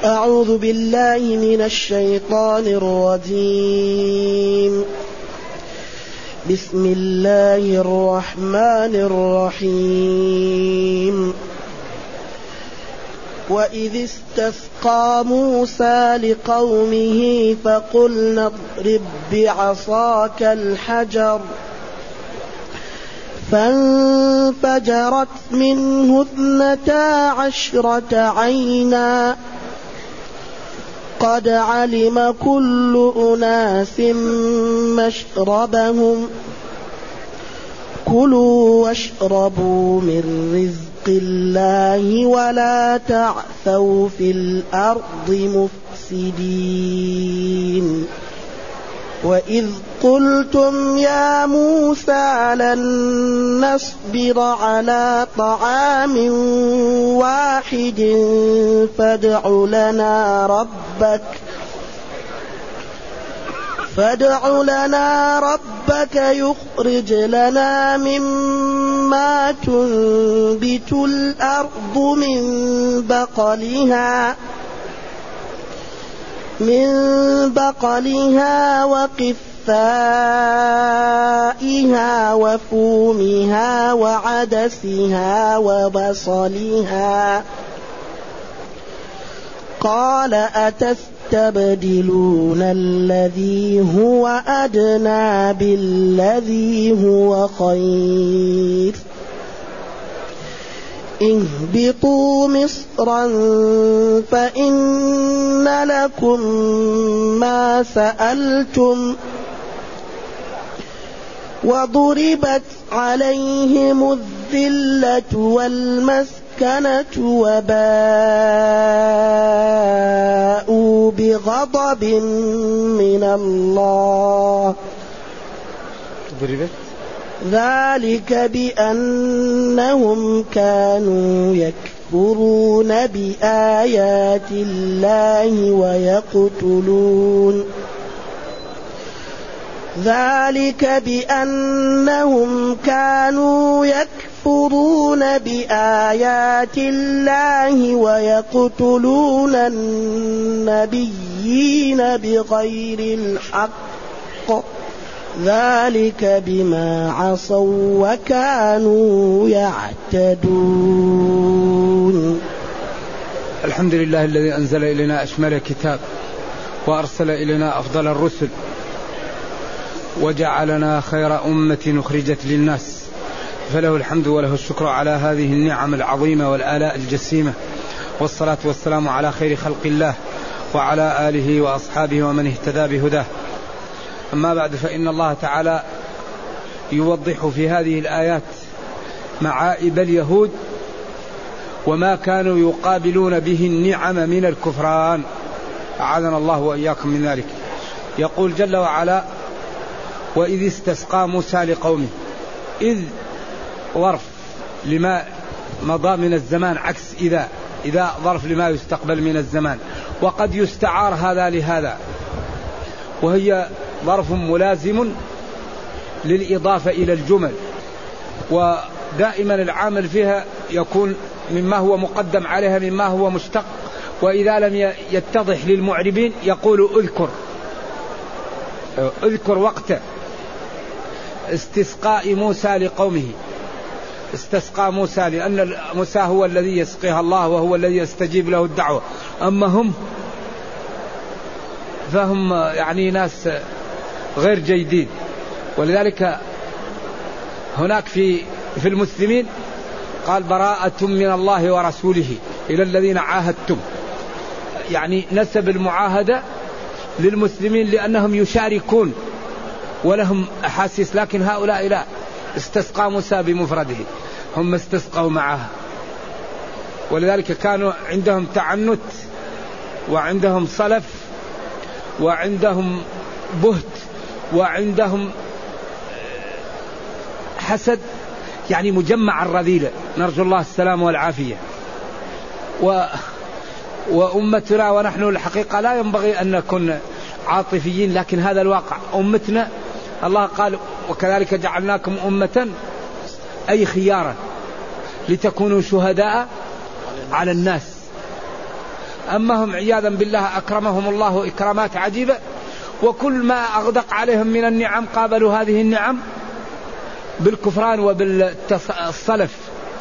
أعوذ بالله من الشيطان الرجيم. بسم الله الرحمن الرحيم. وإذ استسقى موسى لقومه فقلنا اضرب بعصاك الحجر فانفجرت منه 12 عينا قد علم كل أناس مشربهم كلوا واشربوا من رزق الله ولا تعثوا في الأرض مفسدين. وإذ قلتم يا موسى لن نصبر على طعام واحد فادع لنا ربك يخرج لنا مما تنبت الأرض من بقلها وقثائها وفومها وعدسها وبصلها قال أتستبدلون الذي هو أدنى بالذي هو خير اهبطوا مصرا فإن لكم ما سألتم وضربت عليهم الذلة والمسكنة وباءوا بغضب من الله ذلك بأنهم كانوا يكفرون بآيات الله ويقتلون النبيين بغير الحق ذلك بما عصوا وكانوا يعتدون. الحمد لله الذي أنزل إلينا أشمل كتاب وأرسل إلينا أفضل الرسل وجعلنا خير أمة أخرجت للناس، فله الحمد وله الشكر على هذه النعم العظيمة والآلاء الجسيمة، والصلاة والسلام على خير خلق الله وعلى آله وأصحابه ومن اهتدى بهداه. أما بعد، فإن الله تعالى يوضح في هذه الآيات معائب اليهود وما كانوا يقابلون به النعم من الكفران، أعاذنا الله وإياكم من ذلك. يقول جل وعلا: وإذ استسقى موسى لقومه. إذ ظرف لما مضى من الزمان، عكس إذا ظرف لما يستقبل من الزمان، وقد يستعار هذا لهذا، وهي ظرف ملازم للإضافة إلى الجمل، ودائما العامل فيها يكون مما هو مقدم عليها مما هو مشتق، وإذا لم يتضح للمعربين يقول اذكر وقت استسقاء موسى لقومه. استسقى موسى لأن موسى هو الذي يسقيها الله وهو الذي يستجيب له الدعوة، أما هم فهم يعني ناس غير جيدين. ولذلك هناك في المسلمين قال: براءة من الله ورسوله إلى الذين عاهدتم، يعني نسب المعاهدة للمسلمين لأنهم يشاركون ولهم أحاسيس، لكن هؤلاء لا. استسقى موسى بمفرده، هم استسقوا معها، ولذلك كانوا عندهم تعنت وعندهم صلف وعندهم بهت وعندهم حسد، يعني مجمع الرذيلة، نرجو الله السلام والعافية. وأمتنا ونحن الحقيقة لا ينبغي أن نكون عاطفيين، لكن هذا الواقع. أمتنا الله قال: وكذلك جعلناكم أمة أي خيارا لتكونوا شهداء على الناس. أما هم عياذا بالله أكرمهم الله إكرامات عجيبة، وكل ما أغدق عليهم من النعم قابلوا هذه النعم بالكفران وبالصلف.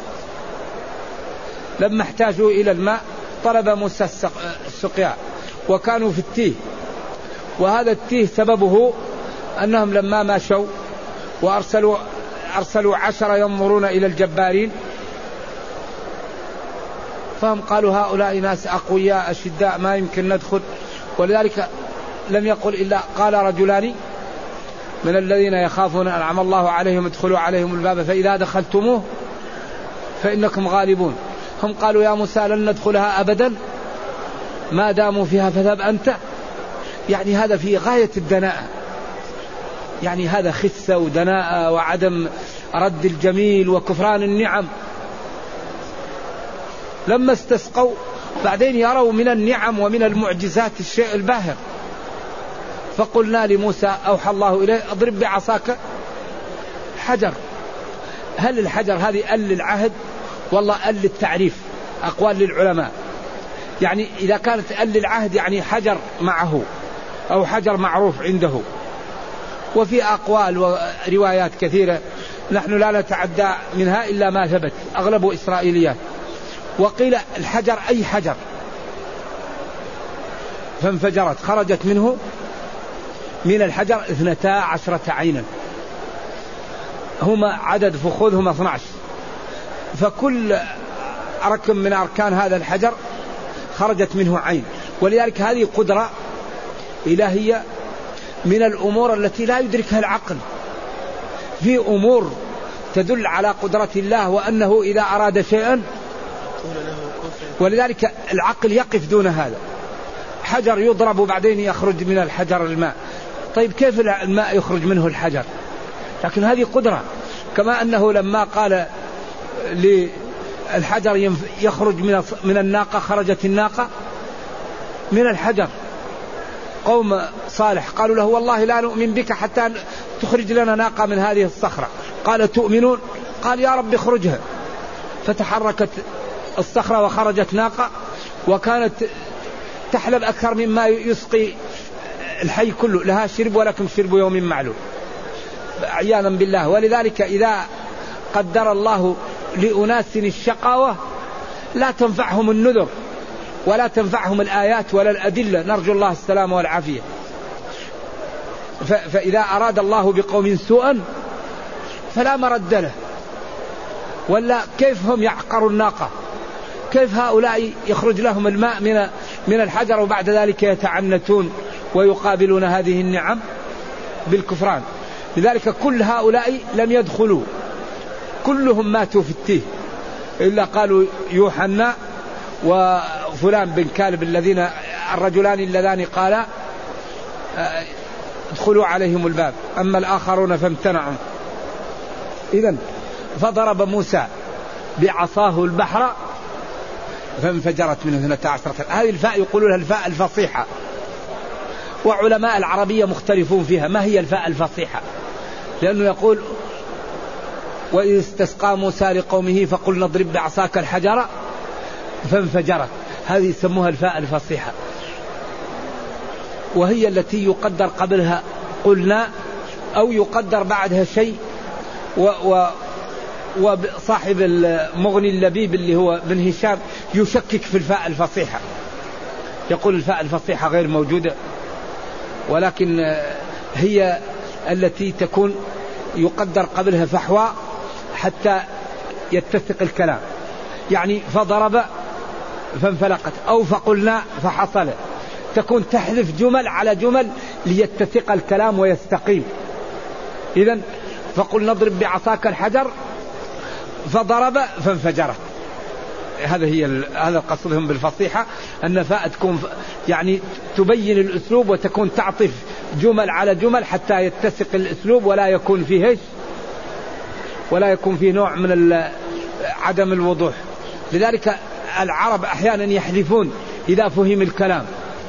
لما احتاجوا إلى الماء طلب موسى السقيا وكانوا في التيه، وهذا التيه سببه أنهم لما ماشوا وأرسلوا 10 ينظرون إلى الجبارين، فهم قالوا هؤلاء ناس أقوياء أشداء ما يمكن ندخل، ولذلك لم يقل إلا قال رجلان من الذين يخافون أنعم الله عليهم ادخلوا عليهم الباب فإذا دخلتموه فإنكم غالبون. هم قالوا يا موسى لن ندخلها أبدا ما داموا فيها فذهب أنت. يعني هذا في غاية الدناءة، يعني هذا خسة ودناءة وعدم رد الجميل وكفران النعم. لما استسقوا بعدين يروا من النعم ومن المعجزات الشيء الباهر، فقلنا لموسى أوحى الله إليه اضرب بعصاك حجر. هل الحجر هذه أل للعهد والله أل للتعريف؟ أقوال للعلماء. يعني إذا كانت أل للعهد يعني حجر معه أو حجر معروف عنده، وفي أقوال وروايات كثيرة نحن لا نتعدى منها إلا ما ثبت، أغلب إسرائيليات. وقيل الحجر أي حجر، فانفجرت خرجت منه من الحجر 12 عينا، هما عدد فخوذهم 12، فكل ركن من أركان هذا الحجر خرجت منه عين. ولذلك هذه قدرة إلهية من الأمور التي لا يدركها العقل. في أمور تدل على قدرة الله وأنه إذا أراد شيئا، ولذلك العقل يقف دون هذا. حجر يضرب وبعدين يخرج من الحجر الماء، طيب كيف الماء يخرج منه الحجر؟ لكن هذه قدرة. كما أنه لما قال للحجر يخرج من الناقة، خرجت الناقة من الحجر. قوم صالح قالوا له والله لا نؤمن بك حتى تخرج لنا ناقة من هذه الصخرة. قال تؤمنون؟ قال يا رب اخرجها. فتحركت الصخرة وخرجت ناقة، وكانت تحلب أكثر مما يسقي الحي كله، لها شرب ولكم شرب يوم معلوم، عياذا بالله. ولذلك إذا قدر الله لأناس الشقاوة لا تنفعهم النذر ولا تنفعهم الآيات ولا الأدلة، نرجو الله السلام والعافية. فإذا أراد الله بقوم سوءا فلا مرد له. ولا كيف هم يعقروا الناقة؟ كيف هؤلاء يخرج لهم الماء من الحجر وبعد ذلك يتعنتون ويقابلون هذه النعم بالكفران؟ لذلك كل هؤلاء لم يدخلوا، كلهم ماتوا في التيه، إلا قالوا يوحنا وفلان بن كالب الرجلان اللذان قالا ادخلوا عليهم الباب، أما الآخرون فامتنعوا. إذن فضرب موسى بعصاه البحر فانفجرت منه 12. هذه الفاء يقولون لها الفاء الفصيحة، وعلماء العربية مختلفون فيها ما هي الفاء الفصيحة، لأنه يقول وإذ استسقى موسى لقومه فقلنا اضرب بعصاك الحجر فانفجرت. هذه يسموها الفاء الفصيحة، وهي التي يقدر قبلها قلنا أو يقدر بعدها شيء. وصاحب المغني اللبيب اللي هو بن هشام يشكك في الفاء الفصيحة، يقول الفاء الفصيحة غير موجودة، ولكن هي التي تكون يقدر قبلها فحوى حتى يتسق الكلام. يعني فضرب فانفلقت أو فقلنا فحصل، تكون تحذف جمل على جمل ليتسق الكلام ويستقيم. إذن فقلنا اضرب بعصاك الحجر فضرب فانفجرت. هذا قصدهم بالفصيحة، أن فاء تكون يعني تبين الأسلوب وتكون تعطف جمل على جمل حتى يتسق الأسلوب ولا يكون فيه نوع من عدم الوضوح. لذلك العرب أحيانا يحذفون إذا فهم الكلام،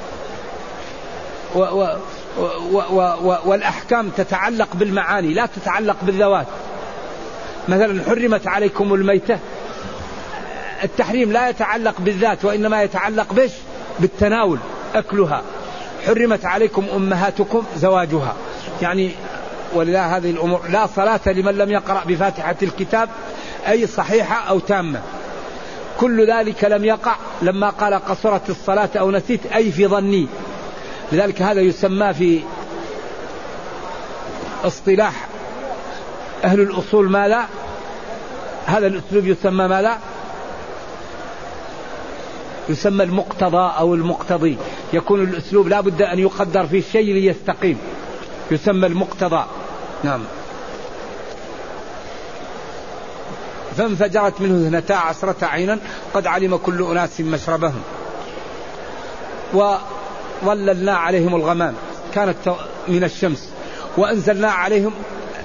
والأحكام تتعلق بالمعاني لا تتعلق بالذوات. مثلا حرمت عليكم الميتة، التحريم لا يتعلق بالذات وإنما يتعلق بالتناول أكلها، حرمت عليكم أمهاتكم زواجها، يعني ولله هذه الأمور لا صلاة لمن لم يقرأ بفاتحة الكتاب، أي صحيحة أو تامة. كل ذلك لم يقع لما قال قصرت الصلاة أو نسيت، أي في ظني. لذلك هذا يسمى في اصطلاح أهل الأصول ماذا؟ هذا الأسلوب يسمى ماذا؟ يسمى المقتضى أو المقتضي. يكون الأسلوب لا بد أن يقدر في الشيء ليستقيم، يسمى المقتضى. نعم. فانفجرت منه 12 عينا قد علم كل أناس مشربهم وظللنا عليهم الغمام كانت من الشمس وأنزلنا عليهم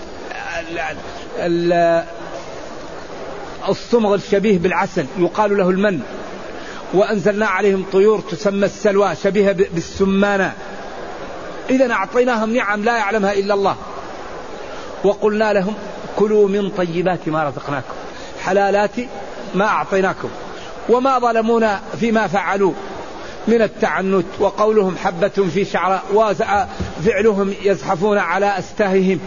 الصمغ الشبيه بالعسل يقال له المن، وأنزلنا عليهم طيور تسمى السلوى شبيهة بالسمانة. إذن أعطيناهم نعم لا يعلمها إلا الله، وقلنا لهم كلوا من طيبات ما رزقناكم، حلالات ما أعطيناكم، وما ظلمونا فيما فعلوا من التعنت وقولهم حبة في شعر وفعلهم يزحفون على أستاههم،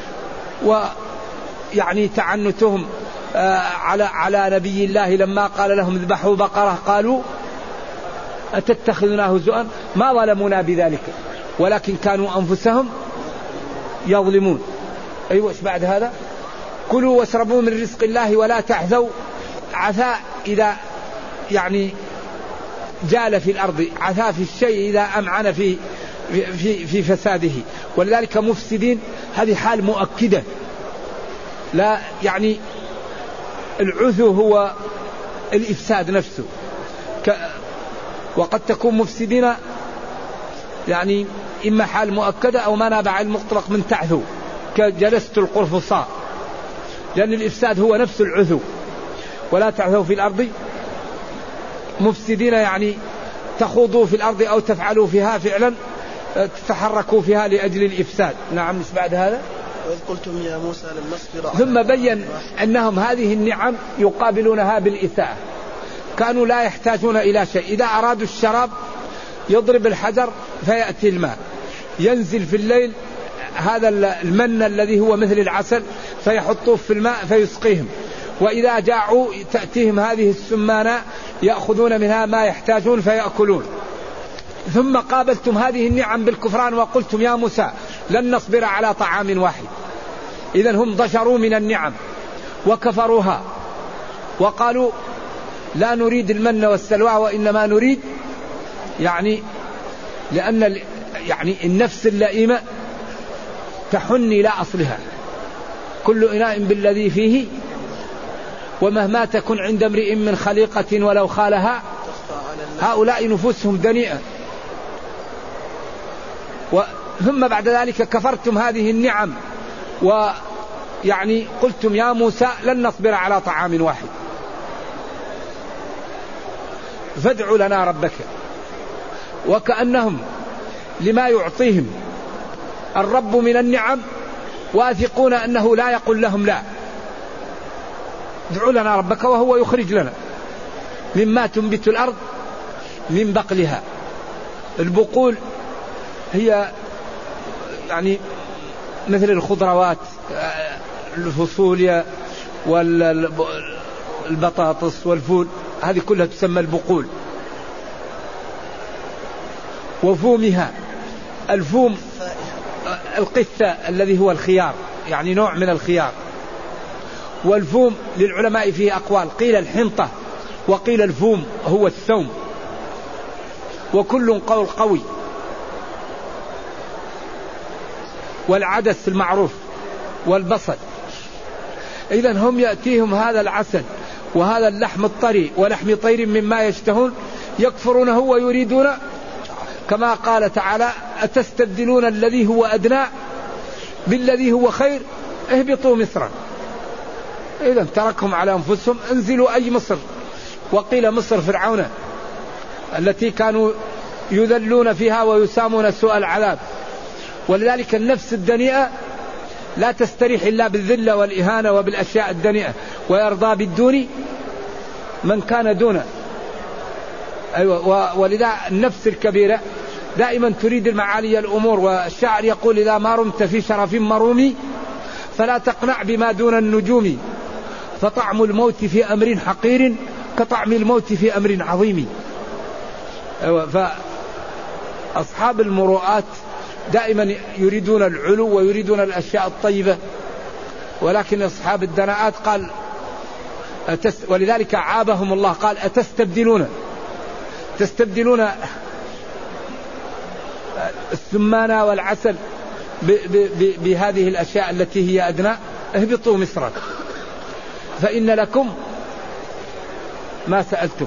ويعني تعنتهم على نبي الله لما قال لهم اذبحوا بقرة قالوا أتتخذنا هزؤا. ما ظلمونا بذلك ولكن كانوا أنفسهم يظلمون. أيوة، إيش بعد هذا؟ كلوا واشربوا من رزق الله ولا تحذوا، عثا إذا يعني جال في الأرض، عثا في الشيء إذا أمعن في فساده. ولذلك مفسدين هذه حال مؤكدة، لا يعني العثو هو الإفساد نفسه، وقد تكون مفسدين يعني إما حال مؤكدة أو ما نابع المطلق من تعثو كجلست القرفصاء، لأن الإفساد هو نفس العثو. ولا تعثوا في الأرض مفسدين يعني تخوضوا في الأرض أو تفعلوا فيها فعلا تتحركوا فيها لأجل الإفساد. نعم. بعد هذا وإذ قلتم يا موسى لن نصبر على ثم بين أنهم هذه النعم يقابلونها بالإساءة. كانوا لا يحتاجون إلى شيء، إذا أرادوا الشراب يضرب الحجر فيأتي الماء، ينزل في الليل هذا المن الذي هو مثل العسل فيحطوه في الماء فيسقيهم، وإذا جاعوا تأتيهم هذه السمانة يأخذون منها ما يحتاجون فيأكلون. ثم قابلتم هذه النعم بالكفران وقلتم يا موسى لن نصبر على طعام واحد. إذن هم ضجروا من النعم وكفروها وقالوا لا نريد المن والسلوى وإنما نريد يعني لأن يعني النفس اللئيمة تحن إلى أصلها، كل إناء بالذي فيه، ومهما تكن عند امرئ من خليقة ولو خالها، هؤلاء نفوسهم دنيئة. ثم بعد ذلك كفرتم هذه النعم ويعني قلتم يا موسى لن نصبر على طعام واحد فادع لنا ربك، وكأنهم لما يعطيهم الرب من النعم واثقون أنه لا يقول لهم لا، ادعوا لنا ربك وهو يخرج لنا مما تنبت الأرض من بقلها. البقول هي يعني مثل الخضروات، الفاصوليا والبطاطس والفول، هذه كلها تسمى البقول. وفومها، الفوم القثة الذي هو الخيار، يعني نوع من الخيار. والفوم للعلماء فيه أقوال، قيل الحنطة وقيل الفوم هو الثوم، وكل قول قوي. والعدس المعروف والبصل. إذن هم يأتيهم هذا العسل وهذا اللحم الطري ولحم طير مما يشتهون يكفرونه ويريدون كما قال تعالى أتستبدلون الذي هو أدنى بالذي هو خير اهبطوا مصرا. إذن تركهم على أنفسهم، انزلوا أي مصر. وقيل مصر فرعون التي كانوا يذلون فيها ويسامون سوء العذاب. ولذلك النفس الدنيئة لا تستريح إلا بالذلة والإهانة وبالأشياء الدنيئة، ويرضى بالدون من كان دونه. أيوة. ولذا النفس الكبيرة دائما تريد المعالي الأمور، والشاعر يقول: إذا ما رمت في شرف مرومي فلا تقنع بما دون النجوم، فطعم الموت في أمر حقير كطعم الموت في أمر عظيم. أيوة. فأصحاب المروءات دائما يريدون العلو ويريدون الأشياء الطيبة، ولكن أصحاب الدناءات قال ولذلك عابهم الله، قال: تستبدلون السمان والعسل بهذه الأشياء التي هي أدنى، اهبطوا مصرا فإن لكم ما سألتم.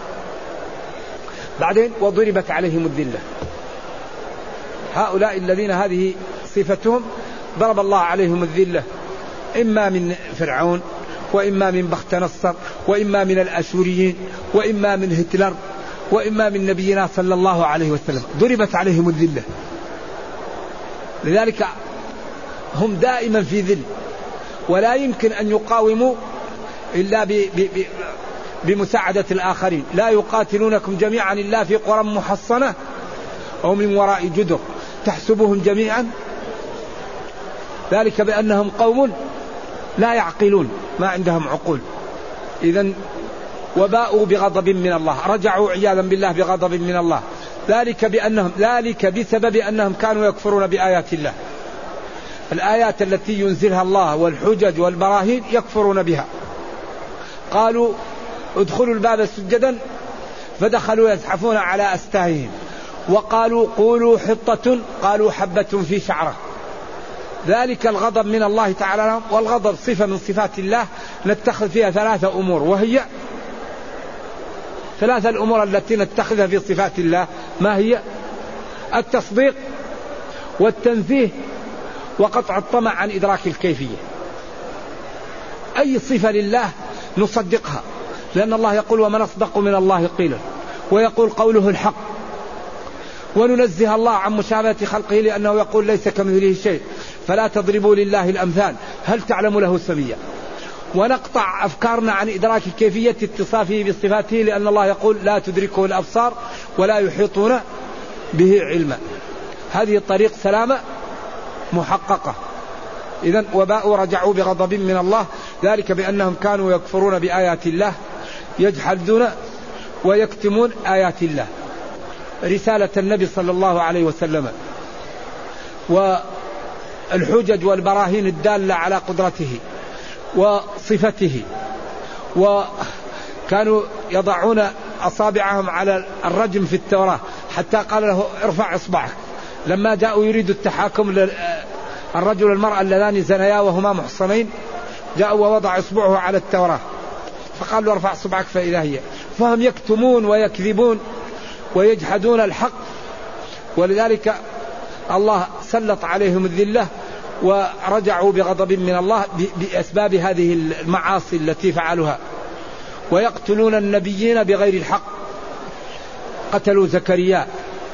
بعدين: وضربت عليهم الذلة. هؤلاء الذين هذه صفتهم ضرب الله عليهم الذلة، إما من فرعون، وإما من بخت نصر، وإما من الأشوريين، وإما من هتلر، وإما من نبينا صلى الله عليه وسلم. ضربت عليهم الذلة، لذلك هم دائما في ذل، ولا يمكن أن يقاوموا إلا بمساعدة الآخرين. لا يقاتلونكم جميعا إلا في قرى محصنة أو من وراء جدر تحسبهم جميعا، ذلك بأنهم قوم لا يعقلون، ما عندهم عقول. إذن وباءوا بغضب من الله، رجعوا عياذا بالله بغضب من الله، ذلك بسبب أنهم كانوا يكفرون بآيات الله. الآيات التي ينزلها الله والحجج والبراهين يكفرون بها. قالوا: ادخلوا الباب سجدا فدخلوا يزحفون على أستاههم، وقالوا: قولوا حطة قالوا حبة في شعرة. ذلك الغضب من الله تعالى لهم، والغضب صفة من صفات الله نتخذ فيها 3 أمور، وهي 3 الأمور التي نتخذها في صفات الله. ما هي؟ التصديق والتنزيه وقطع الطمع عن إدراك الكيفية. أي صفة لله نصدقها، لأن الله يقول: ومن أصدق من الله قيلا، ويقول قوله الحق. وننزه الله عن مشابهة خلقه، لأنه يقول: ليس كمثله شيء، فلا تضربوا لله الأمثال، هل تعلم له سميا. ونقطع أفكارنا عن إدراك كيفية اتصافه بصفاته، لأن الله يقول: لا تدركه الأبصار ولا يحيطون به علما. هذه الطريق سلامة محققة. إذن وباءوا رجعوا بغضب من الله، ذلك بأنهم كانوا يكفرون بآيات الله، يجحدون ويكتمون آيات الله. رسالة النبي صلى الله عليه وسلم والحجج والبراهين الدالة على قدرته وصفته، وكانوا يضعون أصابعهم على الرجم في التوراة حتى قال له: ارفع إصبعك. لما جاءوا يريدوا التحاكم للرجل والمرأة اللذان زنيا وهما محصنين، جاءوا ووضع إصبعه على التوراة فقال له: ارفع إصبعك فإذا هي. فهم يكتمون ويكذبون ويجحدون الحق، ولذلك الله سلط عليهم الذلة ورجعوا بغضب من الله بأسباب هذه المعاصي التي فعلوها. ويقتلون النبيين بغير الحق، قتلوا زكريا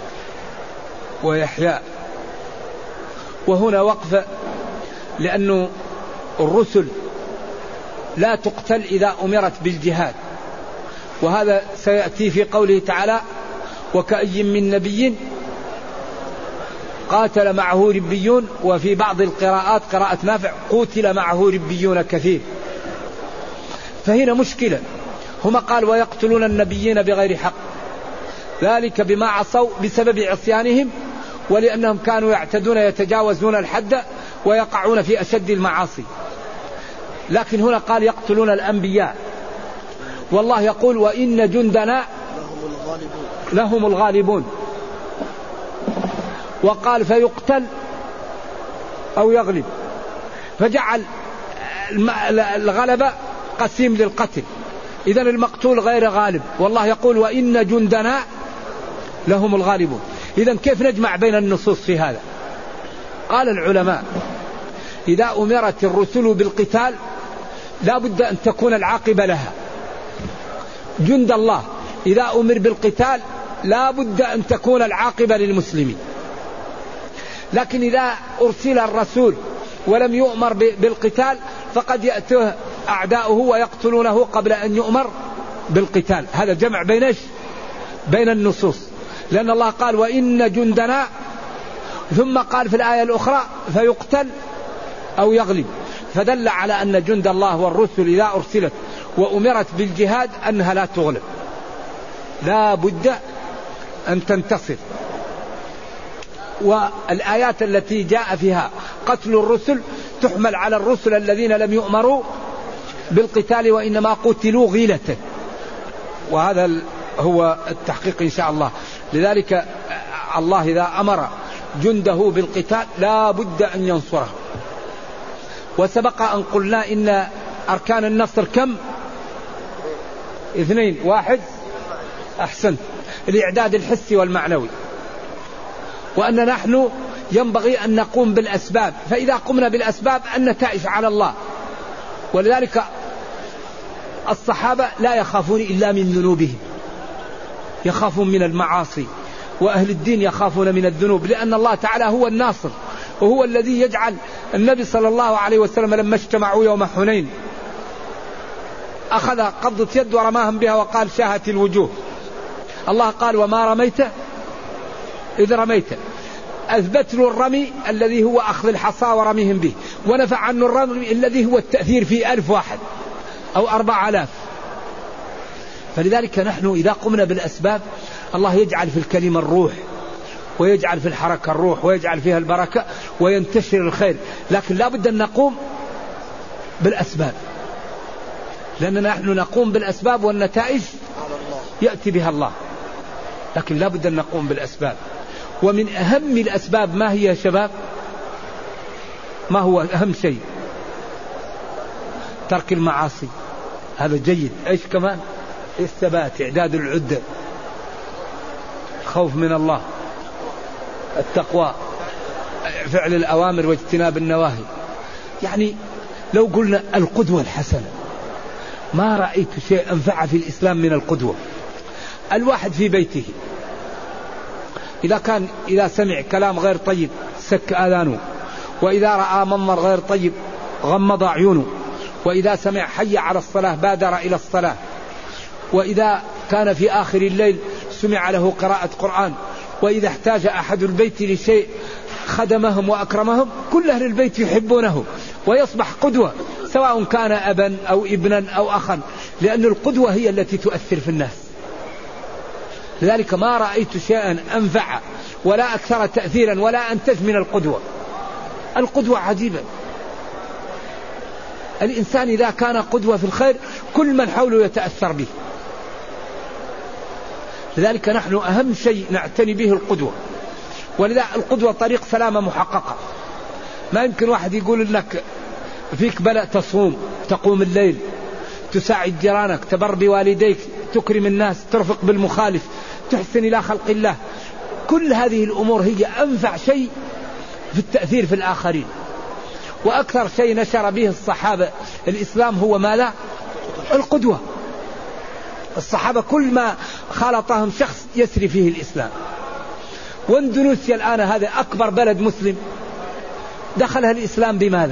ويحيى. وهنا وقفة، لأن الرسل لا تقتل إذا أمرت بالجهاد، وهذا سيأتي في قوله تعالى: وكأي من نبي قاتل معه ربيون، وفي بعض القراءات قراءة نافع: قتل معه ربيون كثير. فهنا مشكلة، هما قال: ويقتلون النبيين بغير حق، ذلك بما عصوا بسبب عصيانهم، ولأنهم كانوا يعتدون يتجاوزون الحد ويقعون في أشد المعاصي. لكن هنا قال: يقتلون الأنبياء، والله يقول: وإن جندنا لهم الغالبون. وقال: فيقتل أو يغلب، فجعل الغلبة قسيم للقتل، إذن المقتول غير غالب، والله يقول: وإن جندنا لهم الغالبون. إذن كيف نجمع بين النصوص في هذا؟ قال العلماء: إذا أمرت الرسل بالقتال لا بد أن تكون العاقبة لها. جند الله إذا أمر بالقتال لا بد أن تكون العاقبة للمسلمين. لكن إذا أرسل الرسول ولم يؤمر بالقتال فقد يأتيه أعداؤه ويقتلونه قبل أن يؤمر بالقتال. هذا جمع بين النصوص، لأن الله قال وإن جندنا، ثم قال في الآية الأخرى فيقتل أو يغلب، فدل على أن جند الله والرسل إذا أرسلت وأمرت بالجهاد أنها لا تغلب، لا بد أن تنتصر. والآيات التي جاء فيها قتل الرسل تحمل على الرسل الذين لم يؤمروا بالقتال وإنما قتلوا غيلة، وهذا هو التحقيق إن شاء الله. لذلك الله إذا أمر جنده بالقتال لا بد أن ينصره. وسبق أن قلنا إن أركان النصر كم؟ 2. 1 أحسنت، الإعداد الحسي والمعنوي، وأن نحن ينبغي أن نقوم بالأسباب، فإذا قمنا بالأسباب النتائج على الله. ولذلك الصحابة لا يخافون إلا من ذنوبهم، يخافون من المعاصي، وأهل الدين يخافون من الذنوب، لأن الله تعالى هو الناصر، وهو الذي يجعل. النبي صلى الله عليه وسلم لما اجتمعوا يوم حنين أخذ قبضة يد ورماهم بها وقال شاهت الوجوه. الله قال وما رميت إذ رميت، أثبت له الرمي الذي هو أخذ الحصى ورميهم به، ونفع عنه الرمي الذي هو التأثير في 1000 واحد أو 4000. فلذلك نحن إذا قمنا بالأسباب الله يجعل في الكلمة الروح، ويجعل في الحركة الروح، ويجعل فيها البركة، وينتشر الخير. لكن لا بد أن نقوم بالأسباب، لأننا نحن نقوم بالأسباب والنتائج يأتي بها الله، لكن لا بد أن نقوم بالأسباب. ومن أهم الأسباب ما هي يا شباب؟ ما هو أهم شيء؟ ترك المعاصي، هذا جيد. إيش كمان؟ الثبات، إعداد العدة، خوف من الله، التقوى، فعل الأوامر واجتناب النواهي. يعني لو قلنا القدوة الحسنة، ما رأيت شيء أنفع في الإسلام من القدوة. الواحد في بيته إذا سمع كلام غير طيب سك آذانه، وإذا رأى منظر غير طيب غمض عيونه، وإذا سمع حي على الصلاة بادر إلى الصلاة، وإذا كان في آخر الليل سمع له قراءة قرآن، وإذا احتاج أحد البيت لشيء خدمهم وأكرمهم. كل أهل البيت يحبونه، ويصبح قدوة، سواء كان أبا أو ابنا أو أخا، لأن القدوة هي التي تؤثر في الناس. لذلك ما رأيت شيئا أنفع ولا أكثر تأثيرا ولا أنتج من القدوة. القدوة عجيبة، الإنسان إذا كان قدوة في الخير كل من حوله يتأثر به. لذلك نحن أهم شيء نعتني به القدوة، ولذا القدوة طريق سلامة محققة. ما يمكن واحد يقول لك فيك بلاء تصوم، تقوم الليل، تساعد جيرانك، تبر بوالديك، تكرم الناس، ترفق بالمخالف، تحسن إلى خلق الله. كل هذه الأمور هي أنفع شيء في التأثير في الآخرين. وأكثر شيء نشر به الصحابة الإسلام هو ماذا؟ القدوة. الصحابة كل ما خالطهم شخص يسري فيه الإسلام. واندونيسيا الآن هذا أكبر بلد مسلم، دخلها الإسلام بماذا؟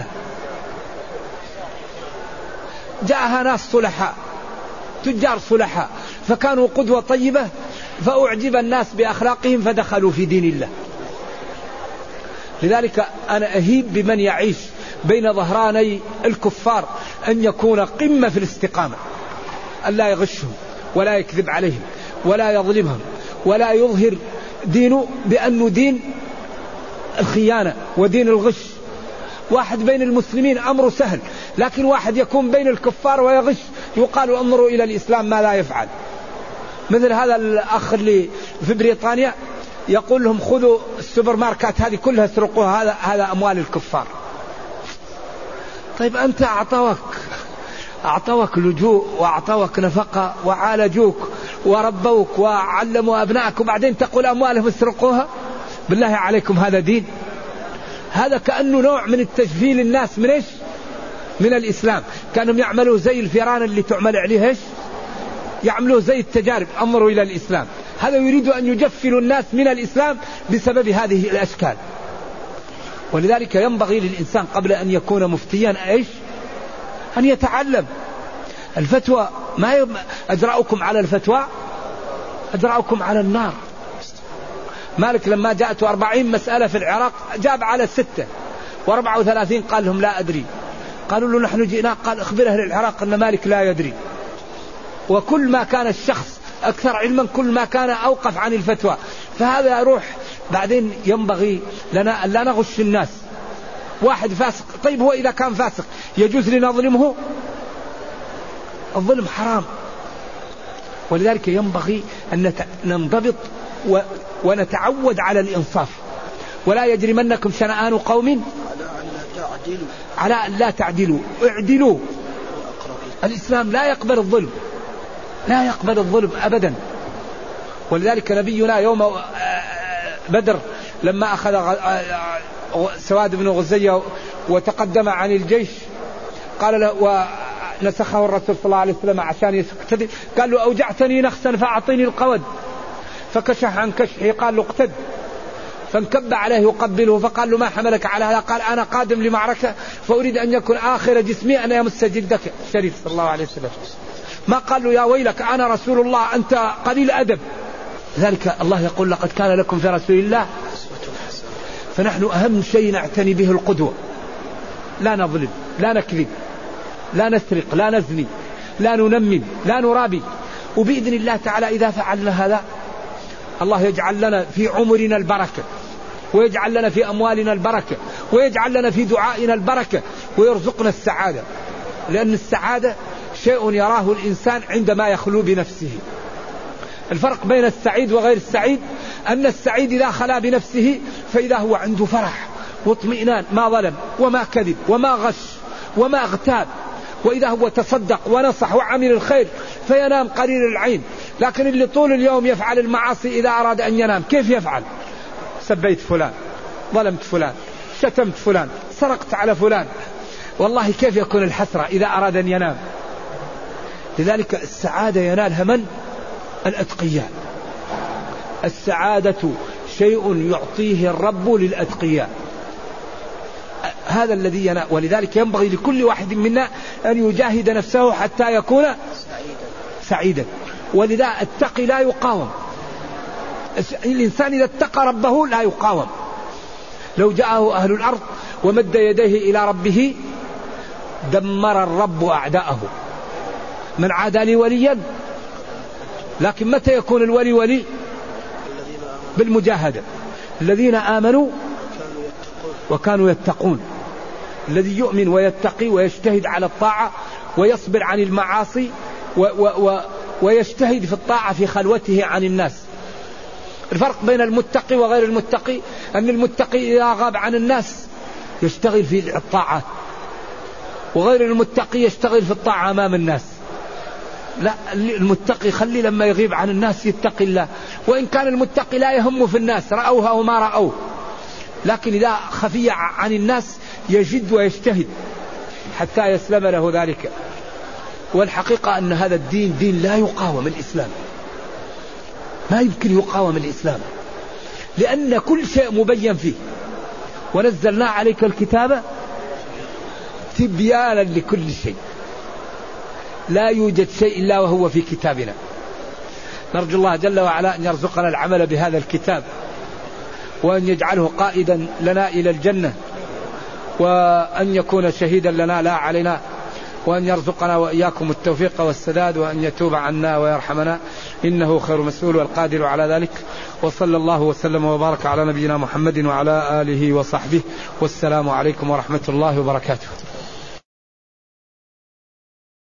جاءها ناس صلحاء، تجار صلحاء، فكانوا قدوة طيبة، فأعجب الناس بأخلاقهم فدخلوا في دين الله. لذلك أنا أهيب بمن يعيش بين ظهراني الكفار أن يكون قمة في الاستقامة، أن لا يغشهم ولا يكذب عليهم ولا يظلمهم ولا يظهر دينه بأنه دين الخيانة ودين الغش. واحد بين المسلمين أمره سهل، لكن واحد يكون بين الكفار ويغش يقال انظروا إلى الإسلام ما لا يفعل. مثل هذا الأخ اللي في بريطانيا يقول لهم خذوا السوبر ماركات هذه كلها اسرقوها، هذا أموال الكفار. طيب أنت أعطوك لجوء وأعطوك نفقة وعالجوك وربوك وعلموا أبنائك، وبعدين تقول أموالهم اسرقوها؟ بالله عليكم هذا دين؟ هذا كأنه نوع من التجفيل الناس من إيش؟ من الإسلام. كانوا يعملوا زي الفيران اللي تعمل عليه إيش؟ يعملوا زي التجارب. أمروا إلى الإسلام. هذا يريد أن يجفلوا الناس من الإسلام بسبب هذه الأشكال. ولذلك ينبغي للإنسان قبل أن يكون مفتيا إيش؟ أن يتعلم الفتوى. ما أجرأكم على الفتوى أدراكم على النار. مالك لما جاءته 40 مسألة في العراق جاب على 6 و34 قال لهم لا أدري. قالوا له نحن جئنا، قال اخبر أهل العراق أن مالك لا يدري. وكل ما كان الشخص أكثر علما كل ما كان أوقف عن الفتوى. فهذا يروح بعدين. ينبغي لنا أن لا نغش الناس. واحد فاسق، طيب هو إذا كان فاسق يجوز لنظلمه؟ الظلم حرام. ولذلك ينبغي أن ننضبط ونتعود على الإنصاف. ولا يجرمنكم شنآن قوم على أن لا تعدلوا، اعدلوا. الإسلام لا يقبل الظلم، لا يقبل الظلم أبدا. ولذلك نبينا يوم بدر لما أخذ سواد بن غزية وتقدم عن الجيش قال له، ونسخه الرسول صلى الله عليه وسلم عشان يقتدي، قال له أوجعتني نخسا فأعطيني القود، فكشح عن كشحه قال له اقتد، فانكب عليه يقبله فقال له ما حملك على هذا؟ قال أنا قادم لمعركة فأريد أن يكون آخر جسمي أن يمس جلدك الشريف صلى الله عليه وسلم. ما قال له يا ويلك أنا رسول الله أنت قليل أدب. ذلك الله يقول لقد كان لكم في رسول الله. فنحن أهم شيء نعتني به القدوة. لا نظلم، لا نكذب، لا نسرق، لا نزني، لا ننمم، لا نرابي. وبإذن الله تعالى إذا فعلنا هذا الله يجعل لنا في عمرنا البركة، ويجعل لنا في أموالنا البركة، ويجعل لنا في دعائنا البركة، ويرزقنا السعادة. لأن السعادة شيء يراه الإنسان عندما يخلو بنفسه. الفرق بين السعيد وغير السعيد أن السعيد إذا خلا بنفسه فإذا هو عنده فرح واطمئنان، ما ظلم وما كذب وما غش وما اغتاب، وإذا هو تصدق ونصح وعمل الخير فينام قليل العين. لكن اللي طول اليوم يفعل المعاصي إذا أراد أن ينام كيف يفعل؟ سبيت فلان، ظلمت فلان، شتمت فلان، سرقت على فلان. والله كيف يكون الحسرة إذا أراد أن ينام؟ لذلك السعادة ينالها من؟ الأتقياء. السعادة شيء يعطيه الرب للأتقياء، هذا الذي ينال. ولذلك ينبغي لكل واحد منا أن يجاهد نفسه حتى يكون سعيدا. ولذا التقي لا يقاوم. الإنسان إذا اتقى ربه لا يقاوم. لو جاءه أهل الأرض ومد يديه إلى ربه دمر الرب أعداءه. من عادى لي وليا. لكن متى يكون الولي ولي؟ بالمجاهدة. الذين آمنوا وكانوا يتقون. الذي يؤمن ويتقي ويجتهد على الطاعة ويصبر عن المعاصي ويجتهد في الطاعة في خلوته عن الناس. الفرق بين المتقي وغير المتقي أن المتقي إذا غاب عن الناس يشتغل في الطاعات، وغير المتقي يشتغل في الطاعة أمام الناس. لا، المتقي خلي لما يغيب عن الناس يتقي الله. وإن كان المتقي لا يهم في الناس رأوها وما رأوه، لكن إذا خفي عن الناس يجد ويجتهد حتى يسلم له ذلك. والحقيقة أن هذا الدين دين لا يقاوم. الإسلام ما يمكن يقاوم الإسلام، لأن كل شيء مبين فيه. ونزلنا عليك الكتاب تبيانا لكل شيء. لا يوجد شيء إلا وهو في كتابنا. نرجو الله جل وعلا أن يرزقنا العمل بهذا الكتاب، وأن يجعله قائدا لنا إلى الجنة، وأن يكون شهيدا لنا لا علينا، وأن يرزقنا وإياكم التوفيق والسداد، وأن يتوب عنا ويرحمنا إنه خير مسؤول والقادر على ذلك. وصلى الله وسلم وبارك على نبينا محمد وعلى آله وصحبه، والسلام عليكم ورحمة الله وبركاته.